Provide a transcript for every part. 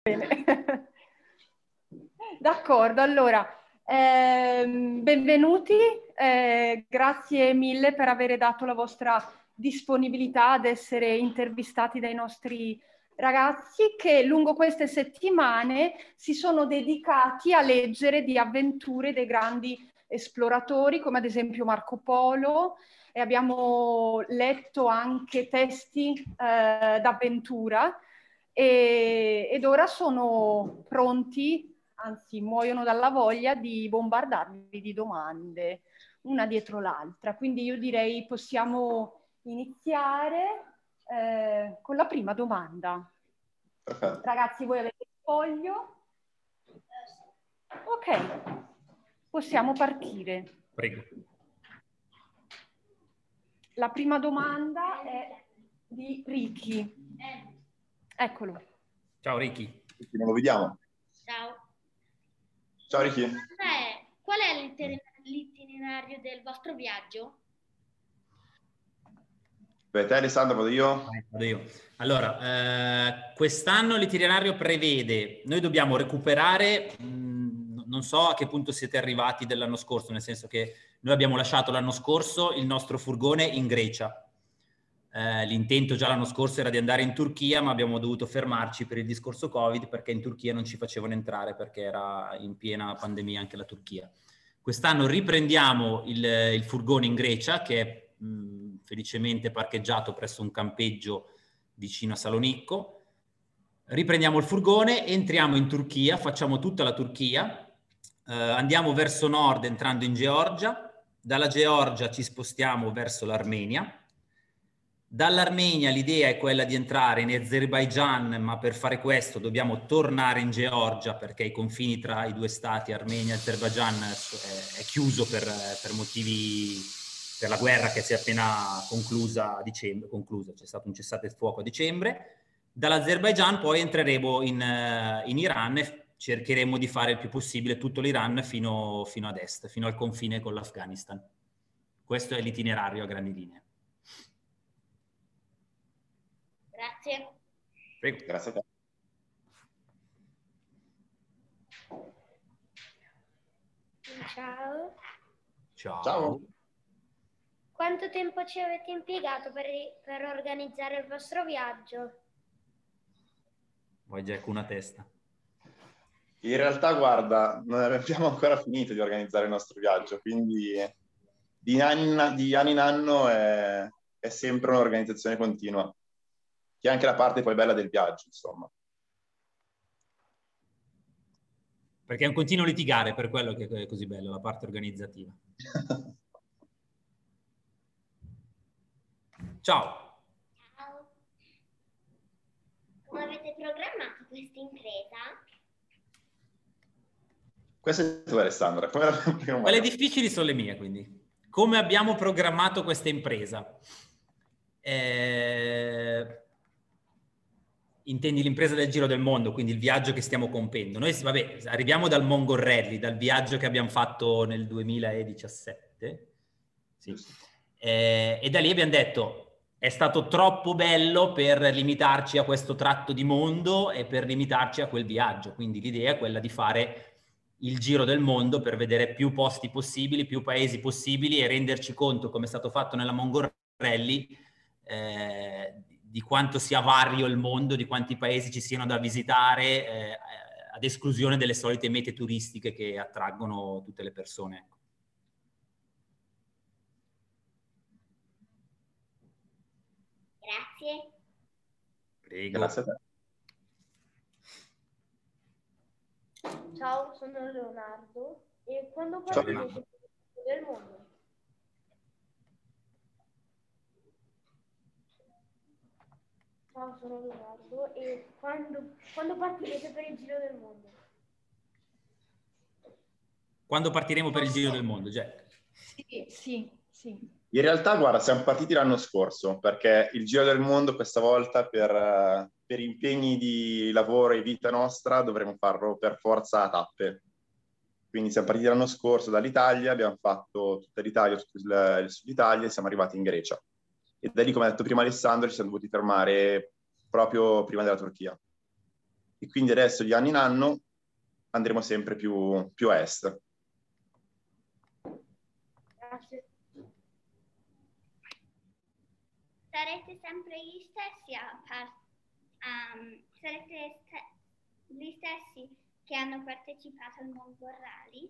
Bene. D'accordo, allora, benvenuti, grazie mille per aver dato la vostra disponibilità ad essere intervistati dai nostri ragazzi che lungo queste settimane si sono dedicati a leggere di avventure dei grandi esploratori come ad esempio Marco Polo, e abbiamo letto anche testi d'avventura ed ora sono pronti, anzi muoiono dalla voglia di bombardarvi di domande una dietro l'altra. Quindi io direi possiamo iniziare con la prima domanda. Perfetto. Ragazzi, voi avete il foglio? Ok, possiamo partire. Prego. La prima domanda è di Ricky. Eccolo. Ciao Ricky. Non lo vediamo. Ciao. Ciao Ricky. Qual è l'itinerario del vostro viaggio? Beh, te Alessandro, vado io? Vado io. Allora, quest'anno l'itinerario prevede, noi dobbiamo recuperare, non so a che punto siete arrivati dell'anno scorso, nel senso che noi abbiamo lasciato l'anno scorso il nostro furgone in Grecia. L'intento già l'anno scorso era di andare in Turchia, ma abbiamo dovuto fermarci per il discorso Covid perché in Turchia non ci facevano entrare perché era in piena pandemia anche la Turchia. Quest'anno riprendiamo il furgone in Grecia che è felicemente parcheggiato presso un campeggio vicino a Salonicco. Riprendiamo il furgone, entriamo in Turchia, facciamo tutta la Turchia, andiamo verso nord entrando in Georgia, dalla Georgia ci spostiamo verso l'Armenia. Dall'Armenia l'idea è quella di entrare in Azerbaigian, ma per fare questo dobbiamo tornare in Georgia perché i confini tra i due stati, Armenia e Azerbaigian, è chiuso per motivi, per la guerra che si è appena conclusa a dicembre, c'è stato un cessate il fuoco a dicembre. Dall'Azerbaigian poi entreremo in Iran e cercheremo di fare il più possibile tutto l'Iran fino ad est, fino al confine con l'Afghanistan. Questo è l'itinerario a grandi linee. Grazie. Prego. Grazie a te. Ciao. Ciao. Ciao. Quanto tempo ci avete impiegato per organizzare il vostro viaggio? Vuoi Jack una testa? In realtà, guarda, non abbiamo ancora finito di organizzare il nostro viaggio, quindi di anno in anno è sempre un'organizzazione continua, che è anche la parte poi bella del viaggio, insomma. Perché è un continuo litigare, per quello che è così bello, la parte organizzativa. Ciao. Ciao. Come avete programmato questa impresa? Questo è tu, Alessandra. Quelle difficili sono le mie, quindi. Come abbiamo programmato questa impresa? Intendi l'impresa del Giro del Mondo, quindi il viaggio che stiamo compiendo. Noi, vabbè, arriviamo dal Mongol Rally, dal viaggio che abbiamo fatto nel 2017. Sì. E da lì abbiamo detto è stato troppo bello per limitarci a questo tratto di mondo e per limitarci a quel viaggio. Quindi l'idea è quella di fare il giro del mondo per vedere più posti possibili, più paesi possibili e renderci conto, come è stato fatto nella Mongol Rally, di quanto sia vario il mondo, di quanti paesi ci siano da visitare, ad esclusione delle solite mete turistiche che attraggono tutte le persone. Grazie. Prego. Grazie a te. Ciao, sono Leonardo. E quando Ciao, partirete Leonardo. del mondo? Ciao, sono Leonardo. E quando partirete per il giro del mondo? Quando partiremo per il giro del mondo, Jack? Sì. In realtà, guarda, siamo partiti l'anno scorso perché il Giro del Mondo questa volta per impegni di lavoro e vita nostra dovremo farlo per forza a tappe. Quindi siamo partiti l'anno scorso dall'Italia, abbiamo fatto tutta l'Italia, tutto il sud Italia e siamo arrivati in Grecia. E da lì, come ha detto prima Alessandro, ci siamo dovuti fermare proprio prima della Turchia. e quindi adesso di anno in anno andremo sempre più a est. Grazie. Sarete sempre gli stessi gli stessi che hanno partecipato al Mongo Rally?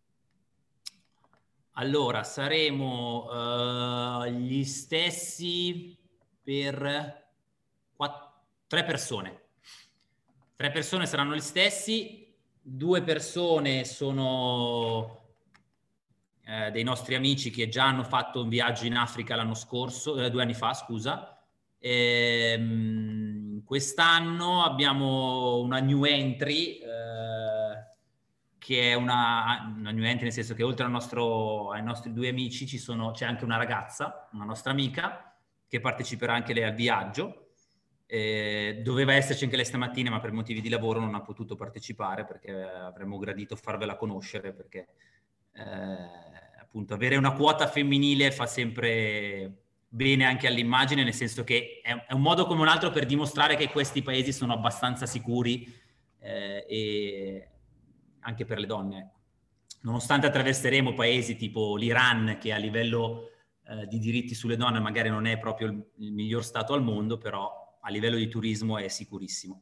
Allora, saremo gli stessi per 3 persone. 3 persone saranno gli stessi, 2 persone sono dei nostri amici che già hanno fatto un viaggio in Africa l'anno scorso, 2 anni fa, scusa. Quest'anno abbiamo una new entry, che è una new entry nel senso che oltre ai nostri 2 amici c'è anche una ragazza, una nostra amica, che parteciperà anche lei al viaggio. Doveva esserci anche lei stamattina, ma per motivi di lavoro non ha potuto partecipare, perché avremmo gradito farvela conoscere, perché appunto avere una quota femminile fa sempre bene anche all'immagine, nel senso che è un modo come un altro per dimostrare che questi paesi sono abbastanza sicuri, e anche per le donne. Nonostante attraverseremo paesi tipo l'Iran, che a livello di diritti sulle donne magari non è proprio il miglior stato al mondo, però a livello di turismo è sicurissimo.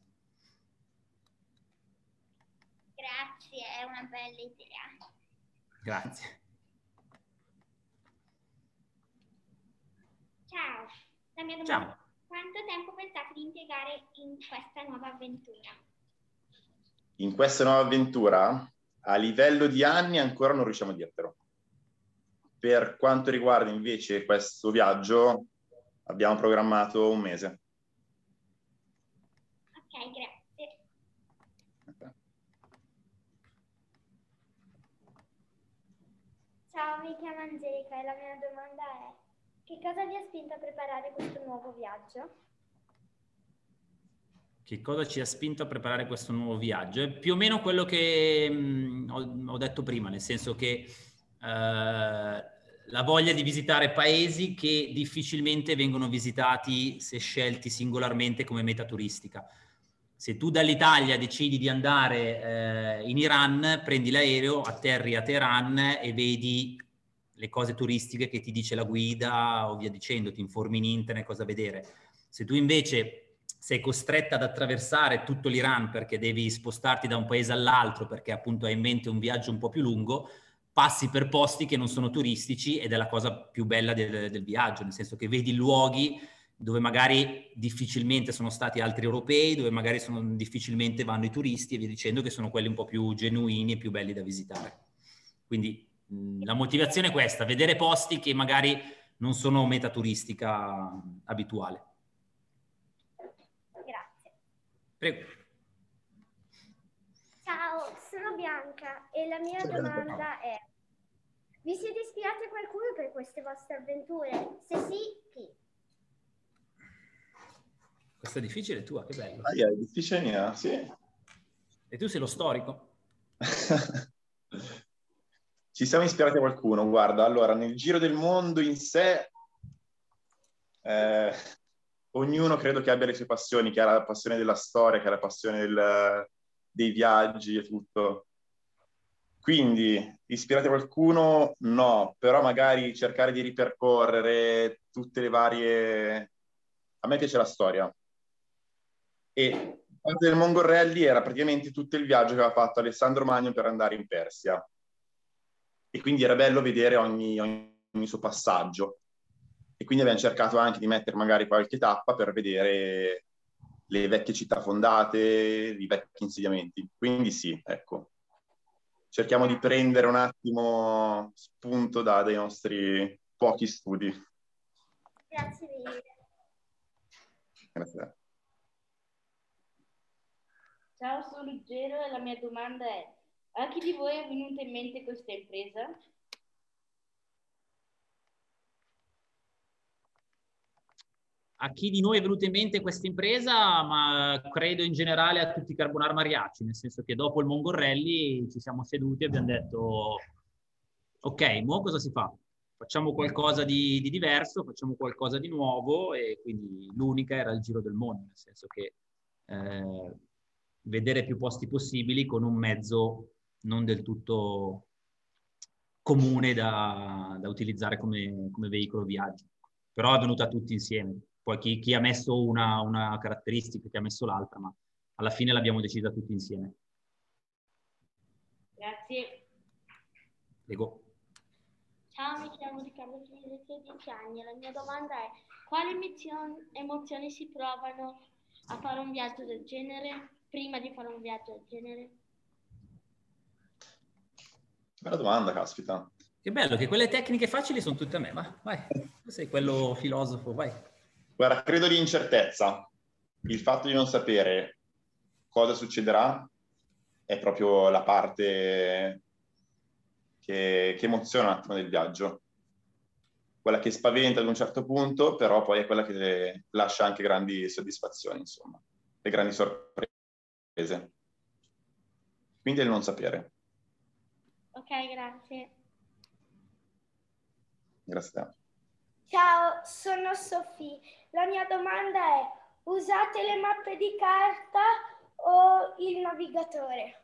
Grazie, è una bella idea. Grazie. Ciao, la mia domanda: Ciao. quanto tempo pensate di impiegare in questa nuova avventura? In questa nuova avventura, a livello di anni ancora non riusciamo a dirtelo. Per quanto riguarda invece questo viaggio, abbiamo programmato 1 mese. Ok, grazie. Ciao, mi chiamo Angelica e la mia domanda è: che cosa vi ha spinto a preparare questo nuovo viaggio? Che cosa ci ha spinto a preparare questo nuovo viaggio? È più o meno quello che ho detto prima, nel senso che la voglia di visitare paesi che difficilmente vengono visitati se scelti singolarmente come meta turistica. Se tu dall'Italia decidi di andare in Iran, prendi l'aereo, atterri a Teheran e vedi le cose turistiche che ti dice la guida o via dicendo, ti informi in internet cosa vedere. Se tu invece sei costretta ad attraversare tutto l'Iran perché devi spostarti da un paese all'altro perché appunto hai in mente un viaggio un po' più lungo, passi per posti che non sono turistici ed è la cosa più bella del viaggio, nel senso che vedi luoghi dove magari difficilmente sono stati altri europei, dove magari difficilmente vanno i turisti e via dicendo, che sono quelli un po' più genuini e più belli da visitare. Quindi la motivazione è questa: vedere posti che magari non sono meta turistica abituale. Grazie. Prego. Ciao, sono Bianca e la mia domanda è: vi siete ispirati a qualcuno per queste vostre avventure? Se sì, chi? Questa è difficile tua, che bello. È difficile mia, sì. E tu sei lo storico? Ci siamo ispirati a qualcuno, guarda, allora nel giro del mondo in sé ognuno credo che abbia le sue passioni, che ha la passione della storia, che ha la passione dei viaggi e tutto. Quindi ispirati a qualcuno no, però magari cercare di ripercorrere tutte le varie... A me piace la storia. E parte del Mongol Rally era praticamente tutto il viaggio che aveva fatto Alessandro Magno per andare in Persia. E quindi era bello vedere ogni suo passaggio. E quindi abbiamo cercato anche di mettere magari qualche tappa per vedere le vecchie città fondate, i vecchi insediamenti. Quindi sì, ecco. Cerchiamo di prendere un attimo spunto dai nostri pochi studi. Grazie mille. Grazie. Ciao, sono Ruggero e la mia domanda è: a chi di voi è venuta in mente questa impresa? A chi di noi è venuta in mente questa impresa? Ma credo in generale a tutti i Carbonara Mariachi, nel senso che dopo il Mongol Rally ci siamo seduti e abbiamo detto: ok, mo cosa si fa? Facciamo qualcosa di diverso, facciamo qualcosa di nuovo, e quindi l'unica era il Giro del Mondo, nel senso che vedere più posti possibili con un mezzo non del tutto comune da utilizzare come veicolo viaggio. Però è venuta tutti insieme. Poi chi ha messo una caratteristica, chi ha messo l'altra, ma alla fine l'abbiamo decisa tutti insieme. Grazie. Prego. Ciao, mi chiamo Riccardo Filetti, ho 10 anni e la mia domanda è: quali emozioni si provano a fare un viaggio del genere, prima di fare un viaggio del genere? Bella domanda, caspita. Che bello che quelle tecniche facili sono tutte a me. Vai, tu sei quello filosofo, vai. Guarda, credo l'incertezza. Il fatto di non sapere cosa succederà è proprio la parte che emoziona un attimo del viaggio. Quella che spaventa ad un certo punto, però poi è quella che lascia anche grandi soddisfazioni, insomma, e grandi sorprese. Quindi è il non sapere. Ok, grazie. Grazie a te. Ciao, sono Sofì. La mia domanda è: usate le mappe di carta o il navigatore?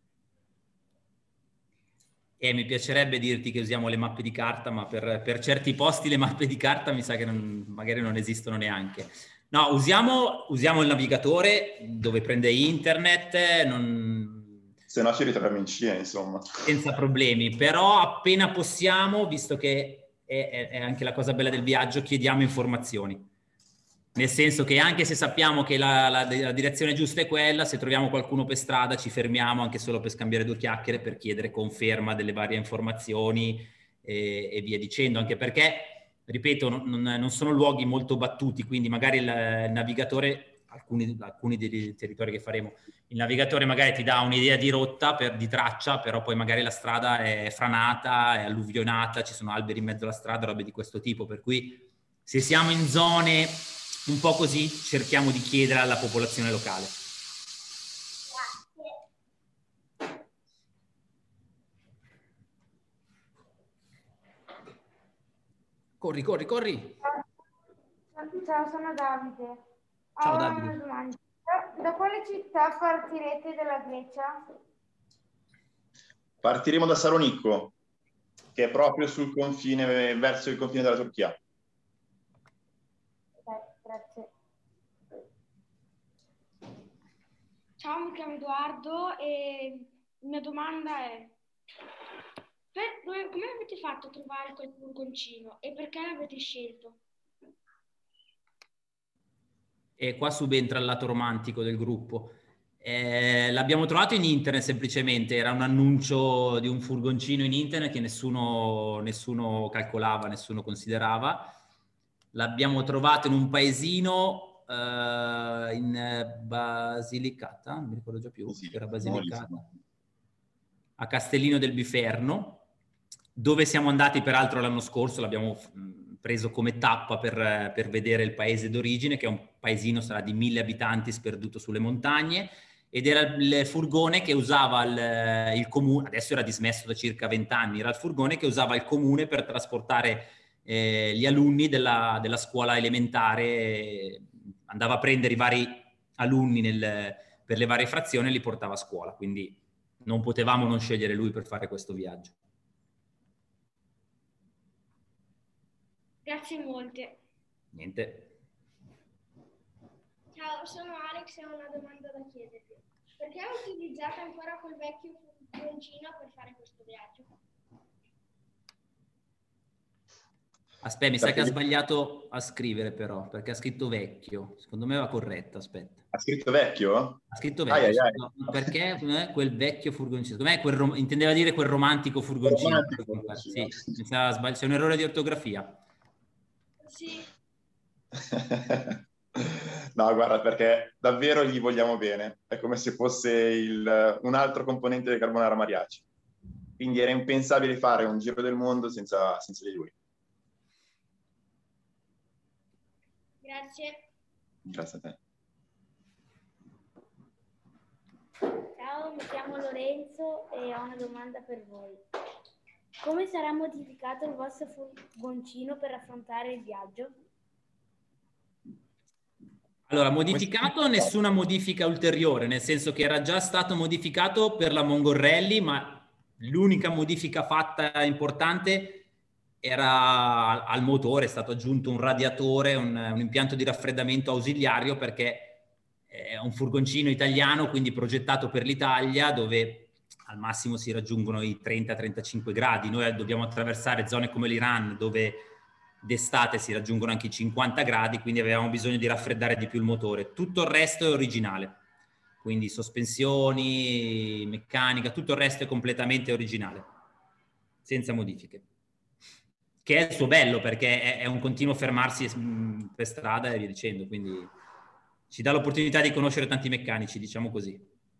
Mi piacerebbe dirti che usiamo le mappe di carta, ma per certi posti le mappe di carta mi sa che magari non esistono neanche. No, usiamo il navigatore dove prende internet, Se no ci ritroviamo in Cina, insomma. senza problemi, però appena possiamo, visto che è anche la cosa bella del viaggio, chiediamo informazioni. Nel senso che anche se sappiamo che la direzione giusta è quella, se troviamo qualcuno per strada ci fermiamo anche solo per scambiare due chiacchiere, per chiedere conferma delle varie informazioni e via dicendo, anche perché, ripeto, non sono luoghi molto battuti, quindi magari il navigatore, alcuni dei territori che faremo, il navigatore magari ti dà un'idea di rotta, di traccia, però poi magari la strada è franata, è alluvionata, ci sono alberi in mezzo alla strada, robe di questo tipo, per cui se siamo in zone un po' così, cerchiamo di chiedere alla popolazione locale. Corri, corri, corri. Ciao, sono Davide. Ciao Ho Davide. una domanda. Da quale città partirete dalla Grecia? Partiremo da Salonicco, che è proprio sul confine, verso il confine della Turchia. Grazie. Ciao, mi chiamo Edoardo e la mia domanda è: come avete fatto a trovare quel furgoncino e perché l'avete scelto? E qua subentra il lato romantico del gruppo. L'abbiamo trovato in internet semplicemente, era un annuncio di un furgoncino in internet che nessuno calcolava, nessuno considerava. L'abbiamo trovato in un paesino in Basilicata, non mi ricordo già più, Sì, era Basilicata, buonissimo. a Castellino del Biferno, dove siamo andati peraltro l'anno scorso, l'abbiamo preso come tappa per vedere il paese d'origine, che è un paesino, sarà di 1000 abitanti sperduto sulle montagne, ed era il furgone che usava il comune, adesso era dismesso da circa 20 anni, era il furgone che usava il comune per trasportare gli alunni della scuola elementare, andava a prendere i vari alunni per le varie frazioni e li portava a scuola, quindi non potevamo non scegliere lui per fare questo viaggio. Grazie molte. Niente. Ciao, sono Alex e ho una domanda da chiederti. Perché utilizzate ancora quel vecchio furgoncino per fare questo viaggio? Aspetta, mi sa che ha sbagliato a scrivere però, perché ha scritto vecchio. Secondo me va corretto, aspetta. Ha scritto vecchio? Ha scritto vecchio. Ai, ai, ai. No, perché quel vecchio furgoncino? Secondo me intendeva dire quel romantico furgoncino. Romantico furgoncino. Sì, c'è un errore di ortografia. Sì. No, guarda, perché davvero gli vogliamo bene. È come se fosse un altro componente del Carbonara Mariachi. Quindi era impensabile fare un giro del mondo senza di lui. Grazie. Grazie a te. Ciao, mi chiamo Lorenzo e ho una domanda per voi. Come sarà modificato il vostro furgoncino per affrontare il viaggio? Allora, modificato, nessuna modifica ulteriore, nel senso che era già stato modificato per la Mongorelli, ma l'unica modifica fatta importante era al motore, è stato aggiunto un radiatore, un impianto di raffreddamento ausiliario, perché è un furgoncino italiano, quindi progettato per l'Italia, dove al massimo si raggiungono i 30-35 gradi. Noi dobbiamo attraversare zone come l'Iran, dove d'estate si raggiungono anche i 50 gradi, quindi avevamo bisogno di raffreddare di più il motore. Tutto il resto è originale, quindi sospensioni, meccanica, tutto il resto è completamente originale, senza modifiche. Che è il suo bello, perché è un continuo fermarsi per strada e via dicendo, quindi ci dà l'opportunità di conoscere tanti meccanici, diciamo così.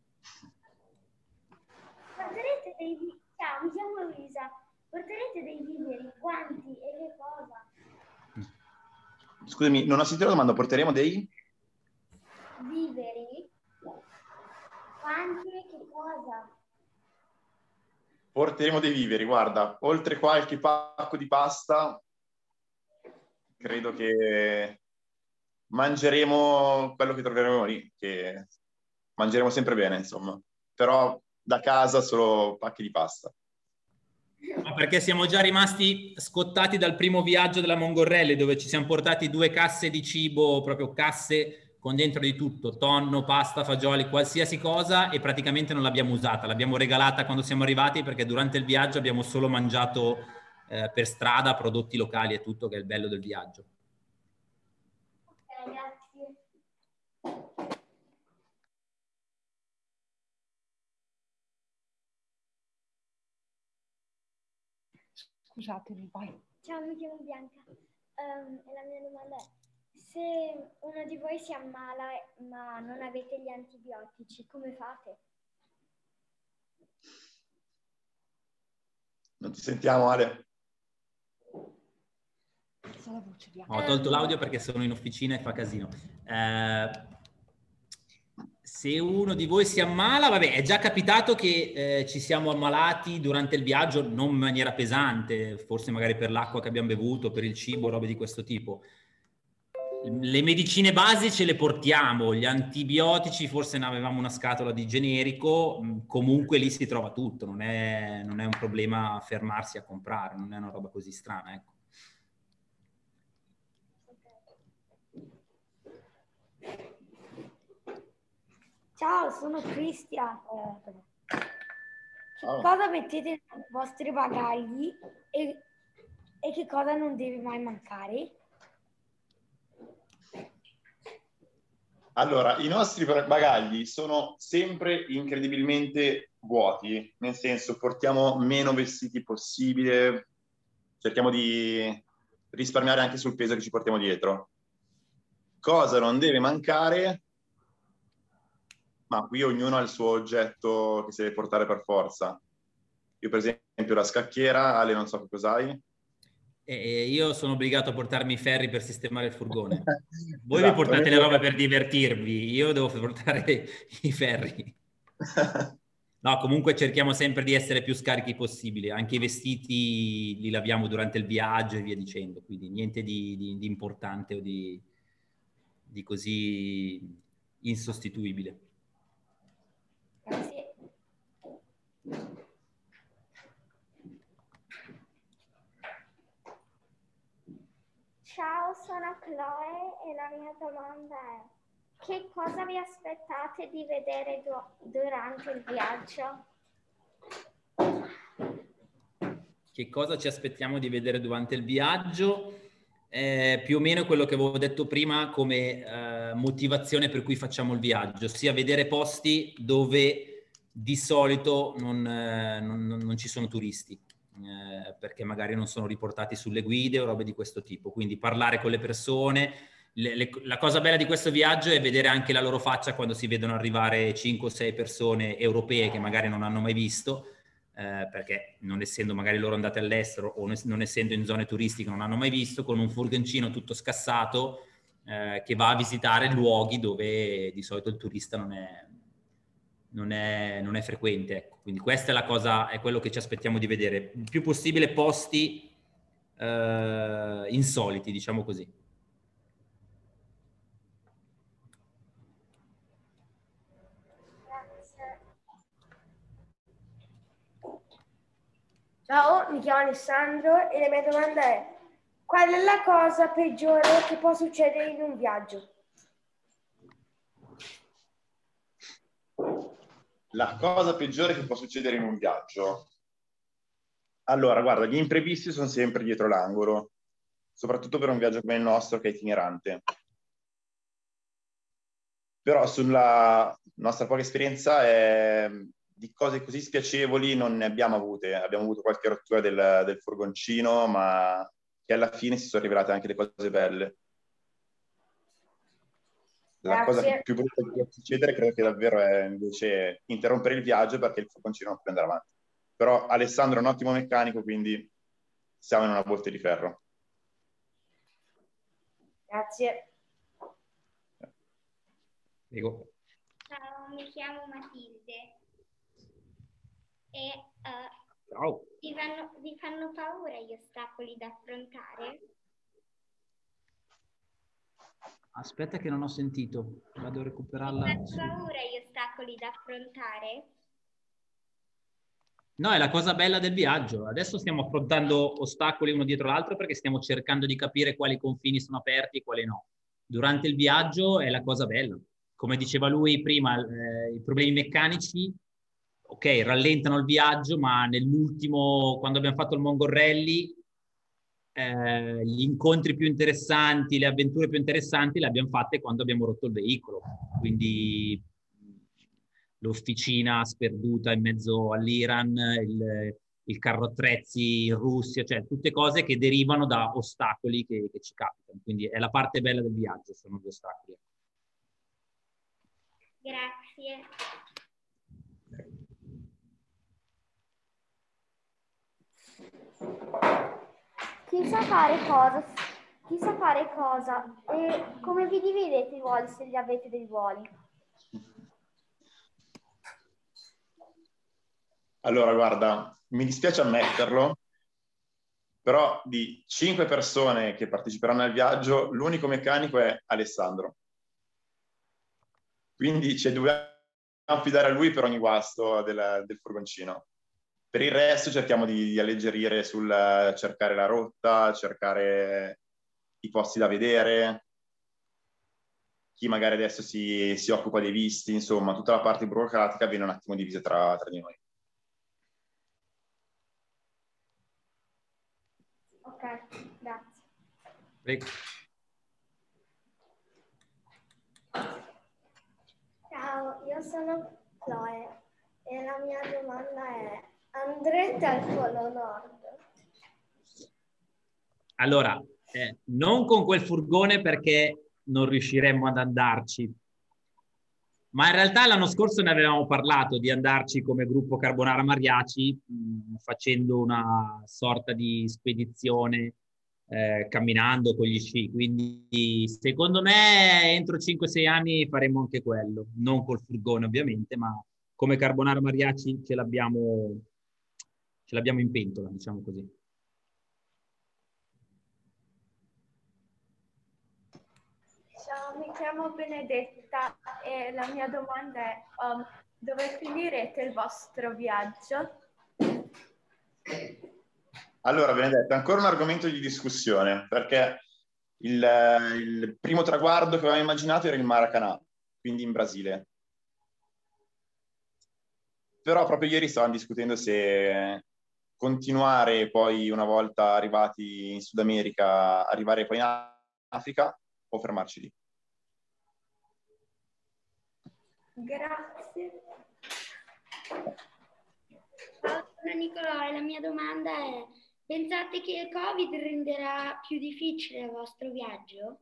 Porterete dei... Ciao, mi chiamo Luisa. Porterete dei viveri, quanti e che cosa? Scusami, non ho sentito la domanda. Porteremo dei? Viveri? Quanti e che cosa? Porteremo dei viveri, guarda, oltre qualche pacco di pasta, credo che mangeremo quello che troveremo lì, che mangeremo sempre bene, insomma. Però da casa solo pacchi di pasta. Ma perché siamo già rimasti scottati dal primo viaggio della Mongorelli, dove ci siamo portati 2 casse di cibo, proprio casse con dentro di tutto, tonno, pasta, fagioli, qualsiasi cosa, e praticamente non l'abbiamo usata, l'abbiamo regalata quando siamo arrivati, perché durante il viaggio abbiamo solo mangiato per strada prodotti locali e tutto, che è il bello del viaggio. Ok, grazie. Scusatemi, vai. Ciao, mi chiamo Bianca. E la mia domanda è: se uno di voi si ammala ma non avete gli antibiotici, come fate? Non ti sentiamo, Ale? La voce, Bianca. Ho tolto l'audio perché sono in officina e fa casino. Se uno di voi si ammala, vabbè, è già capitato che ci siamo ammalati durante il viaggio, non in maniera pesante, forse magari per l'acqua che abbiamo bevuto, per il cibo, robe di questo tipo. Le medicine basi ce le portiamo, gli antibiotici forse ne avevamo una scatola di generico, comunque lì si trova tutto, non è un problema fermarsi a comprare, non è una roba così strana, ecco. Ciao, sono Cristian. Ciao. Cosa mettete nei vostri bagagli e che cosa non deve mai mancare? Allora, i nostri bagagli sono sempre incredibilmente vuoti, nel senso portiamo meno vestiti possibile, cerchiamo di risparmiare anche sul peso che ci portiamo dietro. Cosa non deve mancare? Ma qui ognuno ha il suo oggetto che si deve portare per forza. Io per esempio la scacchiera, Ale non so che cos'hai. E io sono obbligato a portarmi i ferri per sistemare il furgone. Voi Esatto, vi portate le robe per divertirvi, io devo portare i ferri. No, comunque cerchiamo sempre di essere più scarichi possibile. Anche i vestiti li laviamo durante il viaggio e via dicendo. Quindi niente di importante o di così insostituibile. Grazie. Ciao, sono Chloe e la mia domanda è: che cosa vi aspettate di vedere durante il viaggio? Che cosa ci aspettiamo di vedere durante il viaggio? Più o meno quello che avevo detto prima come motivazione per cui facciamo il viaggio, ossia vedere posti dove di solito non ci sono turisti, perché magari non sono riportati sulle guide o robe di questo tipo. Quindi parlare con le persone. La cosa bella di questo viaggio è vedere anche la loro faccia quando si vedono arrivare 5 o 6 persone europee che magari non hanno mai visto, perché non essendo magari loro andate all'estero o non essendo in zone turistiche non hanno mai visto, con un furgoncino tutto scassato che va a visitare luoghi dove di solito il turista non è frequente, ecco. Quindi questa è la cosa, è quello che ci aspettiamo di vedere, il più possibile posti insoliti, diciamo così. Ciao, mi chiamo Alessandro e la mia domanda è: qual è la cosa peggiore che può succedere in un viaggio? La cosa peggiore che può succedere in un viaggio? Allora, guarda, gli imprevisti sono sempre dietro l'angolo, soprattutto per un viaggio come il nostro che è itinerante. Però sulla nostra poca esperienza di cose così spiacevoli non ne abbiamo avute. Abbiamo avuto qualche rottura del furgoncino, ma che alla fine si sono rivelate anche le cose belle. La cosa più brutta che può succedere credo che davvero è invece interrompere il viaggio perché il furgoncino non può andare avanti. Però Alessandro è un ottimo meccanico, quindi siamo in una botte di ferro. Grazie. Prego. Ciao, mi chiamo Matilde e Ciao. vi fanno paura gli ostacoli da affrontare? Aspetta che non ho sentito, vado a recuperarla. Vi fanno paura gli ostacoli da affrontare? No, è la cosa bella del viaggio. Adesso stiamo affrontando ostacoli uno dietro l'altro perché stiamo cercando di capire quali confini sono aperti e quali no. Durante il viaggio è la cosa bella. Come diceva lui prima, i problemi meccanici, ok, rallentano il viaggio, ma nell'ultimo, quando abbiamo fatto il Mongol Rally, gli incontri più interessanti, le avventure più interessanti le abbiamo fatte quando abbiamo rotto il veicolo. Quindi l'officina sperduta in mezzo all'Iran, il carro attrezzi in Russia, cioè tutte cose che derivano da ostacoli che ci capitano. Quindi è la parte bella del viaggio, sono gli ostacoli. Grazie. Chi sa fare cosa e come vi dividete i ruoli se li avete dei ruoli? Allora, guarda, mi dispiace ammetterlo, però di 5 persone che parteciperanno al viaggio, l'unico meccanico è Alessandro. Quindi ci dobbiamo affidare a lui per ogni guasto del furgoncino. Per il resto cerchiamo di alleggerire sul cercare la rotta, cercare i posti da vedere, chi magari adesso si occupa dei visti, insomma, tutta la parte burocratica viene un attimo divisa tra di noi. Ok, grazie. Prego. Ciao, io sono Chloe e la mia domanda è: andrete al Polo Nord? Allora, non con quel furgone perché non riusciremmo ad andarci, ma in realtà l'anno scorso ne avevamo parlato di andarci come gruppo Carbonara Mariaci, facendo una sorta di spedizione camminando con gli sci. Quindi secondo me entro 5-6 anni faremo anche quello, non col furgone ovviamente, ma come Carbonara Mariaci ce l'abbiamo in pentola, diciamo così. Ciao, mi chiamo Benedetta e la mia domanda è dove finirete il vostro viaggio? Allora, Benedetta, ancora un argomento di discussione, perché il primo traguardo che avevamo immaginato era il Maracanã, quindi in Brasile. Però proprio ieri stavamo discutendo se continuare poi, una volta arrivati in Sud America, arrivare poi in Africa o fermarci lì. Grazie. Ciao, sono Nicolò e la mia domanda è: pensate che il Covid renderà più difficile il vostro viaggio?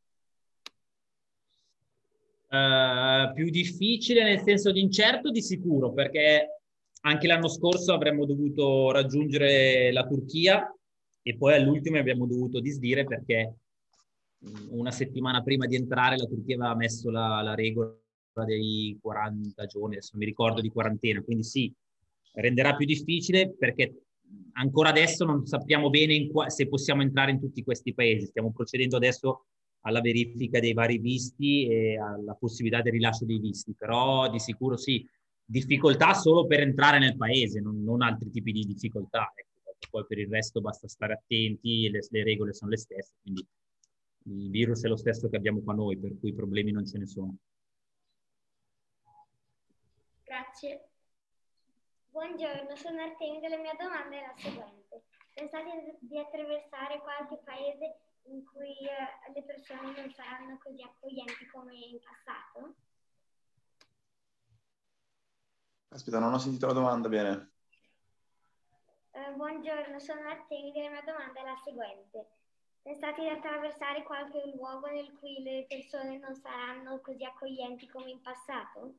Più difficile nel senso di incerto di sicuro, perché anche l'anno scorso avremmo dovuto raggiungere la Turchia e poi all'ultimo abbiamo dovuto disdire perché una settimana prima di entrare la Turchia aveva messo la regola dei 40 giorni, adesso non mi ricordo, di quarantena, quindi sì, renderà più difficile perché ancora adesso non sappiamo bene se possiamo entrare in tutti questi paesi. Stiamo procedendo adesso alla verifica dei vari visti e alla possibilità del rilascio dei visti, però di sicuro sì, difficoltà solo per entrare nel paese, non altri tipi di difficoltà. Ecco. poi per il resto basta stare attenti, le regole sono le stesse, quindi il virus è lo stesso che abbiamo qua noi, per cui problemi non ce ne sono. Grazie. Buongiorno, sono Artemide. La mia domanda è la seguente. Pensate di attraversare qualche paese in cui le persone non saranno così accoglienti come in passato? Aspetta, non ho sentito la domanda bene. Buongiorno, sono Artemide. La mia domanda è la seguente. Pensate di attraversare qualche luogo nel cui le persone non saranno così accoglienti come in passato?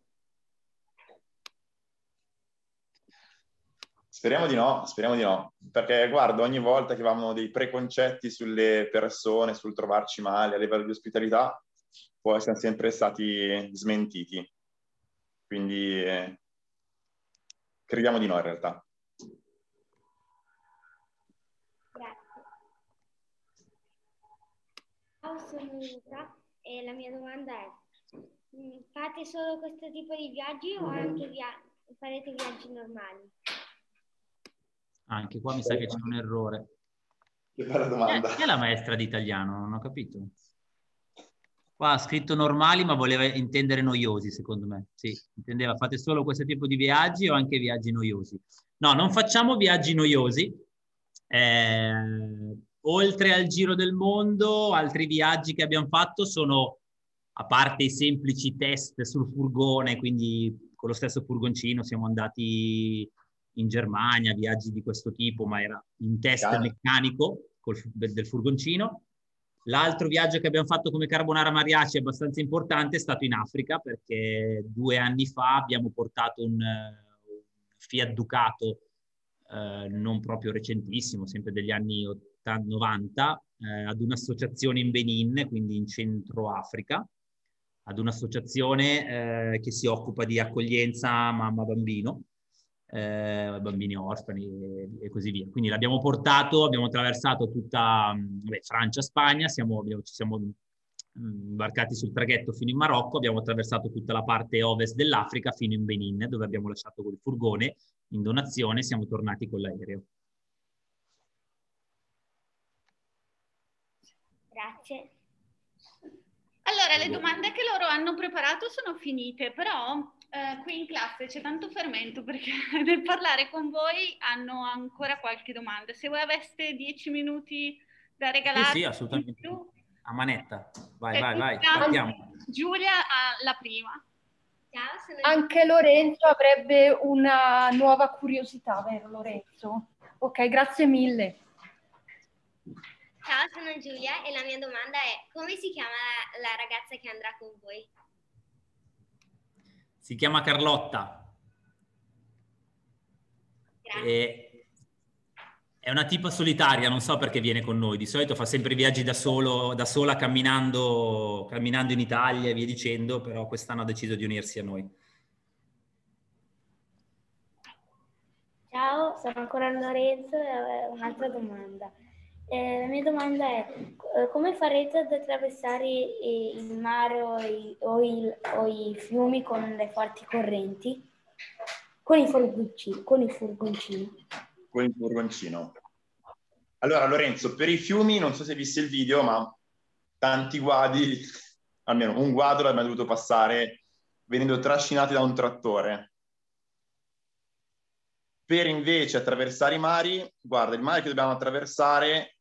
Speriamo di no, perché guardo, ogni volta che avevamo dei preconcetti sulle persone, sul trovarci male a livello di ospitalità, poi siamo sempre stati smentiti. Quindi crediamo di no in realtà. Grazie. Ciao, sono Luca e la mia domanda è: fate solo questo tipo di viaggi o anche farete viaggi normali? Anche qua mi sa che c'è un errore. Che bella domanda. Chi è la maestra di italiano? Non ho capito. Qua ha scritto normali, ma voleva intendere noiosi, secondo me. Sì, intendeva fate solo questo tipo di viaggi o anche viaggi noiosi. No, non facciamo viaggi noiosi. Oltre al giro del mondo, altri viaggi che abbiamo fatto sono, a parte i semplici test sul furgone, quindi con lo stesso furgoncino siamo andati in Germania, viaggi di questo tipo, ma era un test meccanico del furgoncino. L'altro viaggio che abbiamo fatto come Carbonara Mariachi abbastanza importante è stato in Africa, perché 2 anni fa abbiamo portato un Fiat Ducato non proprio recentissimo, sempre degli anni 80-90, ad un'associazione in Benin, quindi in Centro Africa, ad un'associazione che si occupa di accoglienza mamma-bambino, bambini orfani e così via. Quindi l'abbiamo portato, abbiamo attraversato tutta Francia, Spagna, ci siamo imbarcati sul traghetto fino in Marocco, abbiamo attraversato tutta la parte ovest dell'Africa fino in Benin, dove abbiamo lasciato col furgone in donazione, siamo tornati con l'aereo. Grazie. Allora, le domande che loro hanno preparato sono finite, però qui in classe c'è tanto fermento perché nel parlare con voi hanno ancora qualche domanda. Se voi aveste 10 minuti da regalare... Sì, assolutamente. A manetta. Vai, partiamo. Giulia ha la prima. Ciao, anche Lorenzo avrebbe una nuova curiosità, vero Lorenzo? Ok, grazie mille. Ciao, sono Giulia e la mia domanda è: come si chiama la ragazza che andrà con voi? Si chiama Carlotta. È una tipa solitaria, non so perché viene con noi. Di solito fa sempre viaggi da sola camminando in Italia e via dicendo, però quest'anno ha deciso di unirsi a noi. Ciao, sono ancora Lorenzo e ho un'altra domanda. La mia domanda è: come farete ad attraversare il mare o i fiumi con le forti correnti? Con il furgoncino. Con il furgoncino. Allora, Lorenzo, per i fiumi, non so se hai visto il video, ma tanti guadi, almeno un guado l'abbiamo dovuto passare venendo trascinati da un trattore. Per invece attraversare i mari, guarda, il mare che dobbiamo attraversare,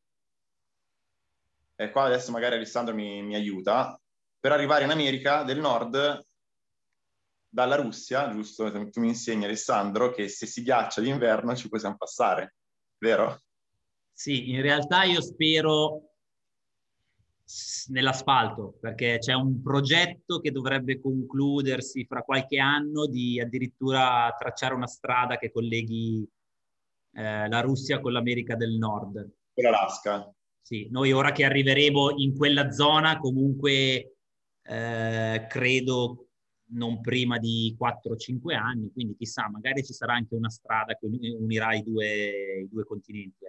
e qua adesso magari Alessandro mi aiuta, per arrivare in America del Nord, dalla Russia, giusto? Tu mi insegni, Alessandro, che se si ghiaccia d'inverno ci possiamo passare, vero? Sì, in realtà io spero nell'asfalto, perché c'è un progetto che dovrebbe concludersi fra qualche anno di addirittura tracciare una strada che colleghi la Russia con l'America del Nord. Con l'Alaska. Sì, noi ora che arriveremo in quella zona comunque credo non prima di 4-5 anni, quindi chissà, magari ci sarà anche una strada che unirà i due continenti.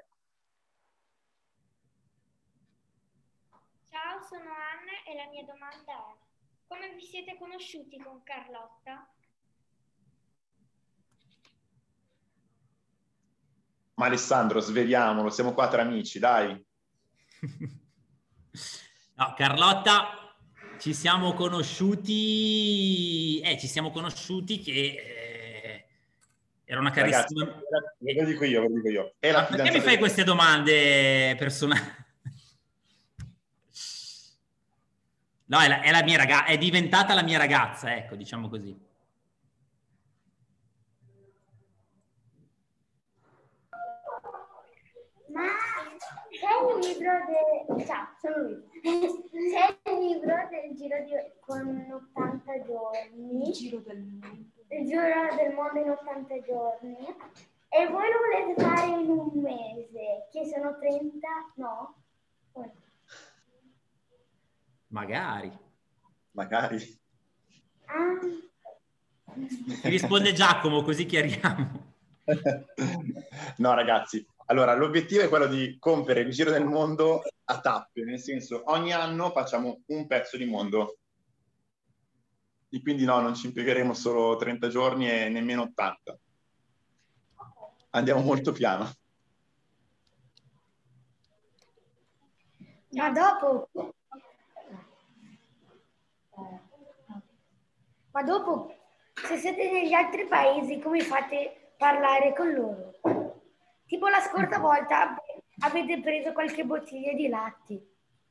Ciao, sono Anna e la mia domanda è: come vi siete conosciuti con Carlotta? Ma Alessandro, sveliamolo, siamo qua tra amici, dai. No, Carlotta, ci siamo conosciuti che era una carissima... Ragazzi, ve lo dico io. È la perché mi fai queste domande personali? No, è la mia ragazza, è diventata la mia ragazza, ecco, diciamo così. Ma c'è il libro ciao, sono Luisa. C'è il libro del con 80 giorni. Il giro del mondo. Il giro del mondo in 80 giorni. E voi lo volete fare in un mese, che sono 30, no? Magari. Ah. Ti risponde Giacomo, così chiariamo. No, ragazzi. Allora, l'obiettivo è quello di compiere il giro del mondo a tappe, nel senso, ogni anno facciamo un pezzo di mondo. E quindi no, non ci impiegheremo solo 30 giorni e nemmeno 80. Andiamo molto piano. Ma dopo, se siete negli altri paesi, come fate a parlare con loro? Tipo la scorsa volta avete preso qualche bottiglia di latte.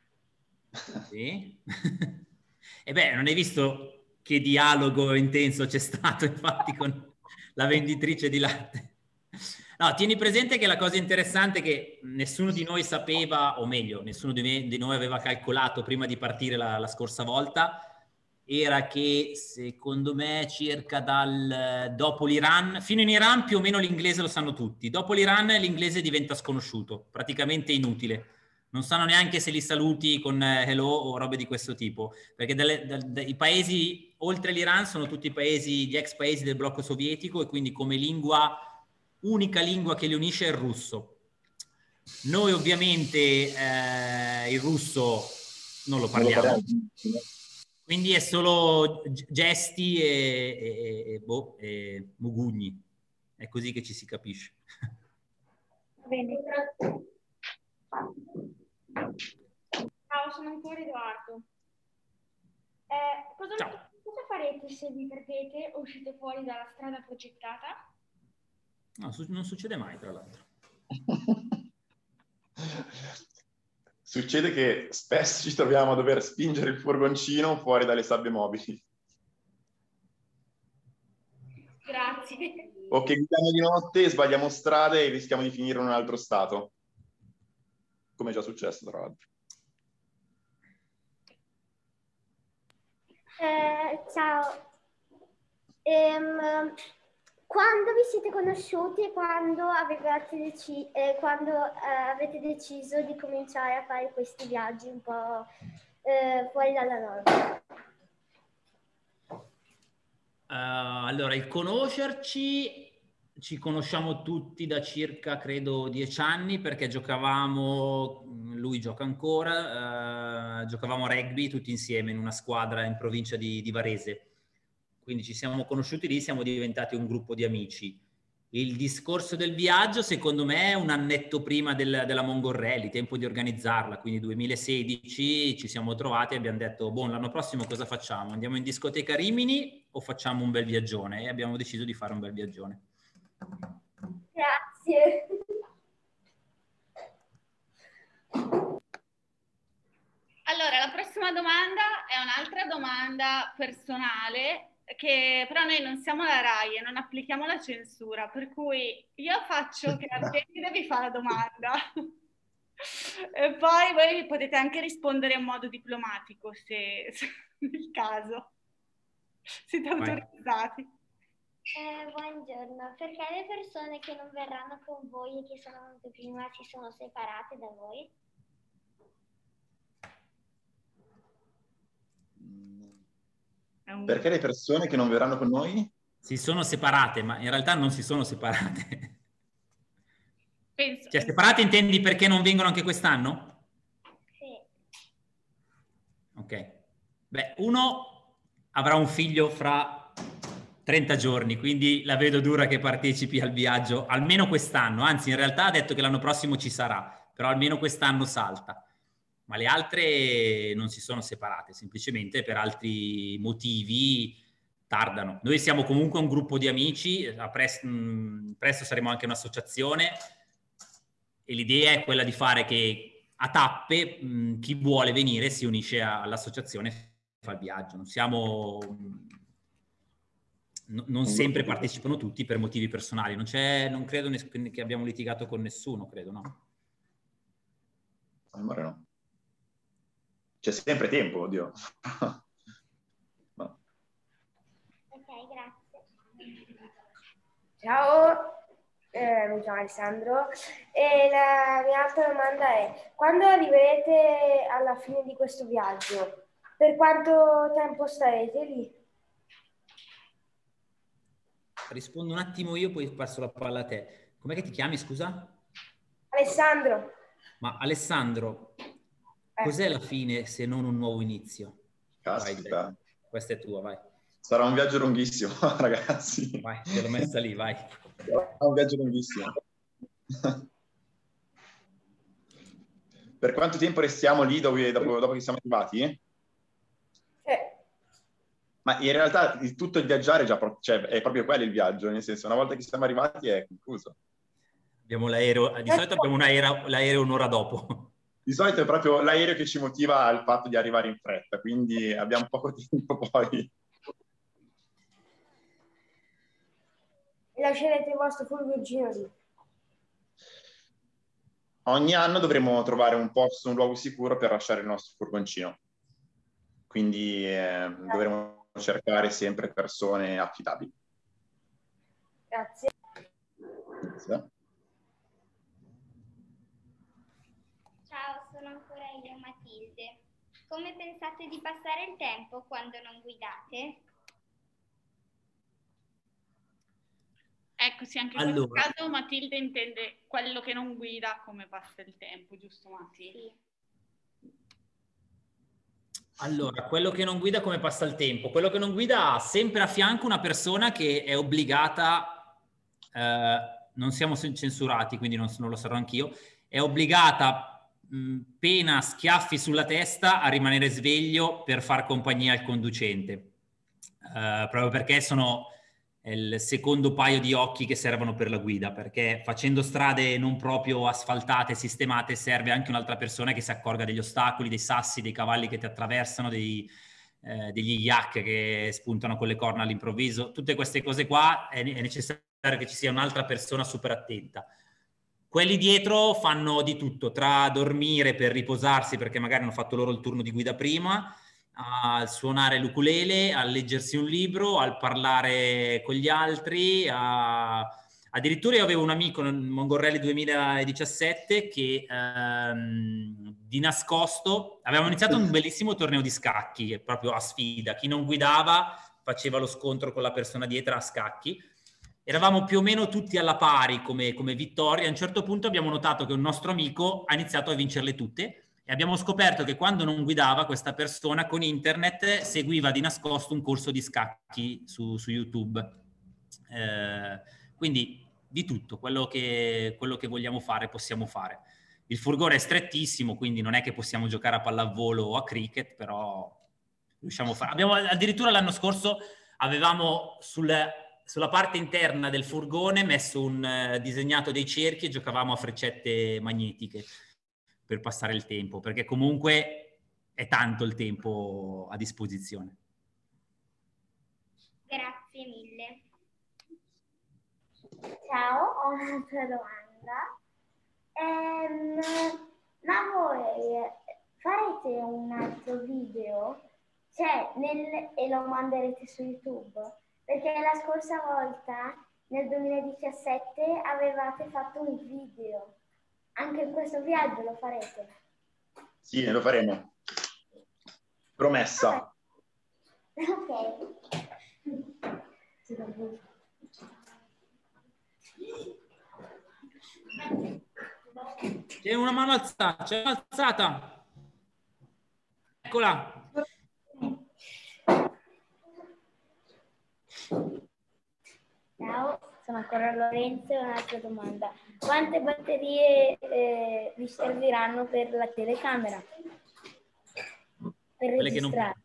Sì. E beh, non hai visto che dialogo intenso c'è stato infatti con la venditrice di latte? No, tieni presente che la cosa interessante è che nessuno di noi sapeva, o meglio, nessuno di noi aveva calcolato prima di partire la scorsa volta, era che secondo me circa dopo l'Iran, fino in Iran più o meno l'inglese lo sanno tutti, dopo l'Iran l'inglese diventa sconosciuto, praticamente inutile, non sanno neanche se li saluti con hello o robe di questo tipo, perché i paesi oltre l'Iran sono tutti gli ex paesi del blocco sovietico e quindi come unica lingua che li unisce è il russo. Noi ovviamente il russo non lo parliamo. Quindi è solo gesti e mugugni. È così che ci si capisce. Bene. Ciao, sono ancora Edoardo. Cosa farete se vi perdete o uscite fuori dalla strada progettata? No, non succede mai, tra l'altro. Succede che spesso ci troviamo a dover spingere il furgoncino fuori dalle sabbie mobili. Grazie. O che guidiamo di notte, sbagliamo strade e rischiamo di finire in un altro stato. Come è già successo, tra l'altro. Ciao. Quando vi siete conosciuti e quando avete deciso di cominciare a fare questi viaggi un po' fuori dalla norma? Allora, il conoscerci, ci conosciamo tutti da circa, credo, 10 anni, perché lui gioca ancora, giocavamo a rugby tutti insieme in una squadra in provincia di Varese. Quindi ci siamo conosciuti lì, siamo diventati un gruppo di amici. Il discorso del viaggio, secondo me, è un annetto prima della Mongol Rally, tempo di organizzarla, quindi 2016 ci siamo trovati e abbiamo detto, l'anno prossimo cosa facciamo? Andiamo in discoteca a Rimini o facciamo un bel viaggione? E abbiamo deciso di fare un bel viaggione. Grazie. Allora, la prossima domanda è un'altra domanda personale, che però noi non siamo la RAI e non applichiamo la censura, per cui io faccio che a te devi fare la domanda e poi voi potete anche rispondere in modo diplomatico se nel caso siete autorizzati. Buongiorno, perché le persone che non verranno con voi e che sono venute prima si sono separate da voi? Perché le persone che non verranno con noi? Si sono separate, ma in realtà non si sono separate. Cioè, separate intendi perché non vengono anche quest'anno? Sì. Ok. Beh, uno avrà un figlio fra 30 giorni, quindi la vedo dura che partecipi al viaggio, almeno quest'anno, anzi in realtà ha detto che l'anno prossimo ci sarà, però almeno quest'anno salta. Ma le altre non si sono separate, semplicemente per altri motivi tardano. Noi siamo comunque un gruppo di amici, presto saremo anche un'associazione e l'idea è quella di fare che a tappe chi vuole venire si unisce all'associazione e fa il viaggio. Non sempre partecipano tutti per motivi personali, non credo che abbiamo litigato con nessuno, credo, no? Allora no. C'è sempre tempo, oddio. No. Ok, grazie. Ciao, mi chiamo Alessandro e la mia altra domanda è: quando arriverete alla fine di questo viaggio, per quanto tempo starete lì? Rispondo un attimo io, poi passo la palla a te. Com'è che ti chiami, scusa? Alessandro. Ma Alessandro, cos'è la fine se non un nuovo inizio? Caspita. Vai, questa è tua, vai. Sarà un viaggio lunghissimo, ragazzi. Vai, te l'ho messa lì, vai. Sarà un viaggio lunghissimo. Per quanto tempo restiamo lì dopo che siamo arrivati? Ma in realtà tutto il viaggiare è proprio quello il viaggio, nel senso, una volta che siamo arrivati è concluso. Abbiamo l'aereo, di solito abbiamo l'aereo un'ora dopo. Di solito è proprio l'aereo che ci motiva al fatto di arrivare in fretta, quindi abbiamo poco tempo poi. E lascerete il vostro furgoncino lì? Ogni anno dovremo trovare un posto, un luogo sicuro per lasciare il nostro furgoncino. Quindi dovremo cercare sempre persone affidabili. Grazie. Grazie. Ciao, sono ancora io, Matilde. Come pensate di passare il tempo quando non guidate? Ecco, sì, anche in questo caso Matilde intende quello che non guida come passa il tempo, giusto Matilde? Sì. Allora, quello che non guida come passa il tempo? Quello che non guida ha sempre a fianco una persona che è obbligata, non siamo censurati, quindi non lo sarò anch'io, è obbligata, pena schiaffi sulla testa, a rimanere sveglio per far compagnia al conducente, proprio perché è il secondo paio di occhi che servono per la guida, perché facendo strade non proprio asfaltate, sistemate, serve anche un'altra persona che si accorga degli ostacoli, dei sassi, dei cavalli che ti attraversano, degli yak che spuntano con le corna all'improvviso. Tutte queste cose qua è necessario che ci sia un'altra persona super attenta. Quelli dietro fanno di tutto, tra dormire per riposarsi perché magari hanno fatto loro il turno di guida prima, a suonare l'ukulele, a leggersi un libro, al parlare con gli altri. Addirittura io avevo un amico nel Mongorelli 2017 che di nascosto avevamo iniziato un bellissimo torneo di scacchi, proprio a sfida. Chi non guidava faceva lo scontro con la persona dietro a scacchi. Eravamo più o meno tutti alla pari come vittoria. A un certo punto abbiamo notato che un nostro amico ha iniziato a vincerle tutte. E abbiamo scoperto che quando non guidava questa persona con internet seguiva di nascosto un corso di scacchi su YouTube. Quindi di tutto, quello che vogliamo fare possiamo fare. Il furgone è strettissimo, quindi non è che possiamo giocare a pallavolo o a cricket, però riusciamo a fare. Addirittura l'anno scorso avevamo sulla parte interna del furgone messo un disegnato dei cerchi e giocavamo a freccette magnetiche per passare il tempo, perché comunque è tanto il tempo a disposizione. Grazie mille. Ciao, ho un'altra domanda. Ma voi farete un altro video? E lo manderete su YouTube? Perché la scorsa volta, nel 2017, avevate fatto un video. Anche in questo viaggio lo farete? Sì, lo faremo. Promessa. Ok. C'è una mano alzata, c'è un'alzata. Eccola. Ciao, sono ancora Lorenzo e un'altra domanda. Quante batterie vi serviranno per la telecamera? Per Quelle che non... registrare?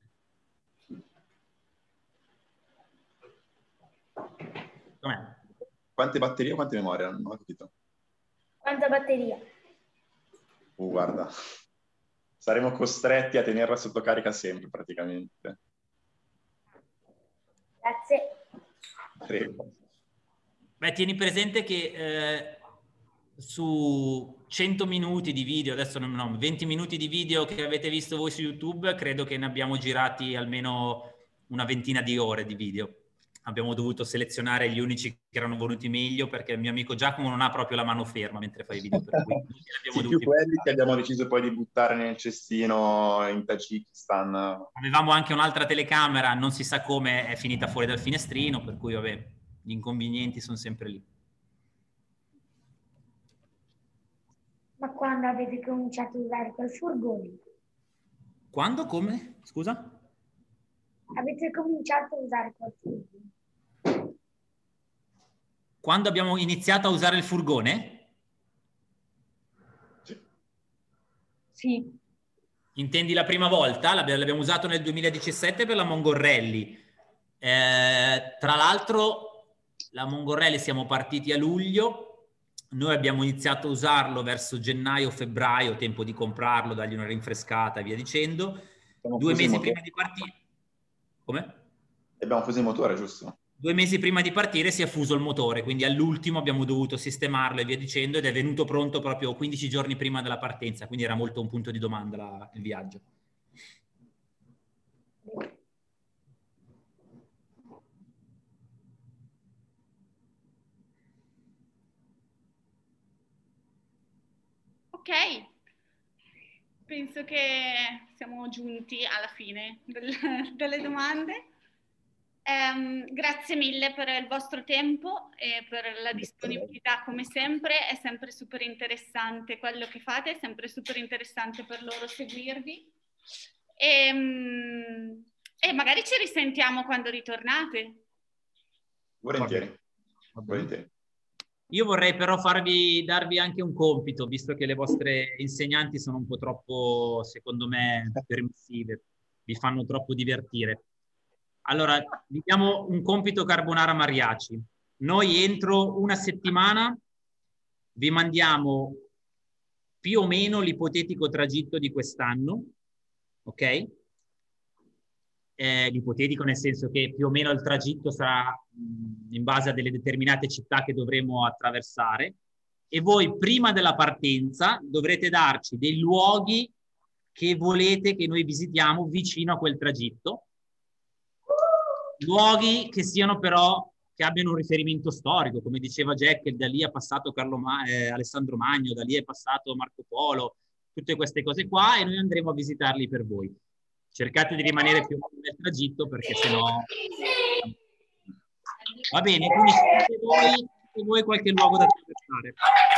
Com'è? Quante batterie o quante memorie? Non ho capito. Quanta batteria? Guarda, saremo costretti a tenerla sotto carica sempre praticamente. Grazie. Prego. Beh, tieni presente che su 100 minuti di video, adesso no, 20 minuti di video che avete visto voi su YouTube, credo che ne abbiamo girati almeno una ventina di ore di video. Abbiamo dovuto selezionare gli unici che erano venuti meglio perché il mio amico Giacomo non ha proprio la mano ferma mentre fa i video. Per cui sì, più quelli che abbiamo deciso poi di buttare nel cestino in Tagikistan. Avevamo anche un'altra telecamera, non si sa come è finita fuori dal finestrino, per cui vabbè, gli inconvenienti sono sempre lì. Ma quando avete cominciato a usare quel furgone? Quando? Come? Scusa? Avete cominciato a usare quel furgone? Quando abbiamo iniziato a usare il furgone? Sì. Intendi la prima volta? L'abbiamo usato nel 2017 per la Mongorelli. Tra l'altro, la Mongorelli siamo partiti a luglio, noi abbiamo iniziato a usarlo verso gennaio-febbraio, tempo di comprarlo, dargli una rinfrescata e via dicendo. 2 mesi prima di partire... Come? Abbiamo fuso il motore, giusto? 2 mesi prima di partire si è fuso il motore, quindi all'ultimo abbiamo dovuto sistemarlo e via dicendo, ed è venuto pronto proprio 15 giorni prima della partenza, quindi era molto un punto di domanda il viaggio. Ok, penso che siamo giunti alla fine delle domande. Grazie mille per il vostro tempo e per la disponibilità come sempre, è sempre super interessante quello che fate, è sempre super interessante per loro seguirvi e magari ci risentiamo quando ritornate. Volentieri. Volentieri. Io vorrei però darvi anche un compito, visto che le vostre insegnanti sono un po' troppo, secondo me, permissive, vi fanno troppo divertire. Allora, vi diamo un compito carbonara mariachi. Noi entro una settimana vi mandiamo più o meno l'ipotetico tragitto di quest'anno, ok? L'ipotetico nel senso che più o meno il tragitto sarà in base a delle determinate città che dovremo attraversare, e voi prima della partenza dovrete darci dei luoghi che volete che noi visitiamo vicino a quel tragitto. Luoghi che siano però, che abbiano un riferimento storico, come diceva Jack, da lì è passato Alessandro Magno, da lì è passato Marco Polo, tutte queste cose qua, e noi andremo a visitarli per voi. Cercate di rimanere più o meno nel tragitto perché sennò... Va bene, quindi scegliete voi qualche luogo da attraversare.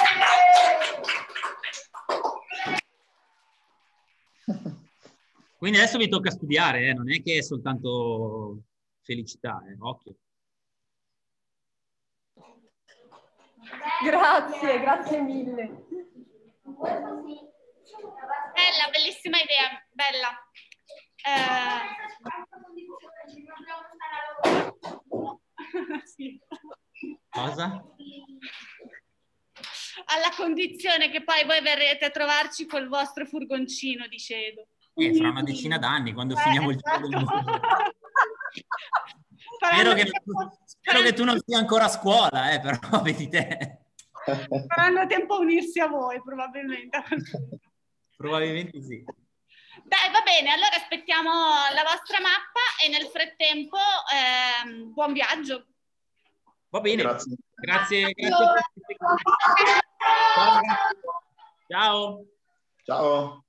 Quindi adesso vi tocca studiare, non è che è soltanto felicità, occhio. Grazie mille. Bella, bellissima idea, bella. Sì. Cosa? Alla condizione che poi voi verrete a trovarci col vostro furgoncino di Cedo. Fra una decina d'anni, quando finiamo il giro del mondo. Spero che tu non sia ancora a scuola, però vedi te. Faranno tempo a unirsi a voi, probabilmente. Probabilmente sì. Dai, va bene, allora aspettiamo la vostra mappa e nel frattempo buon viaggio. Va bene, grazie. Ciao. Ciao.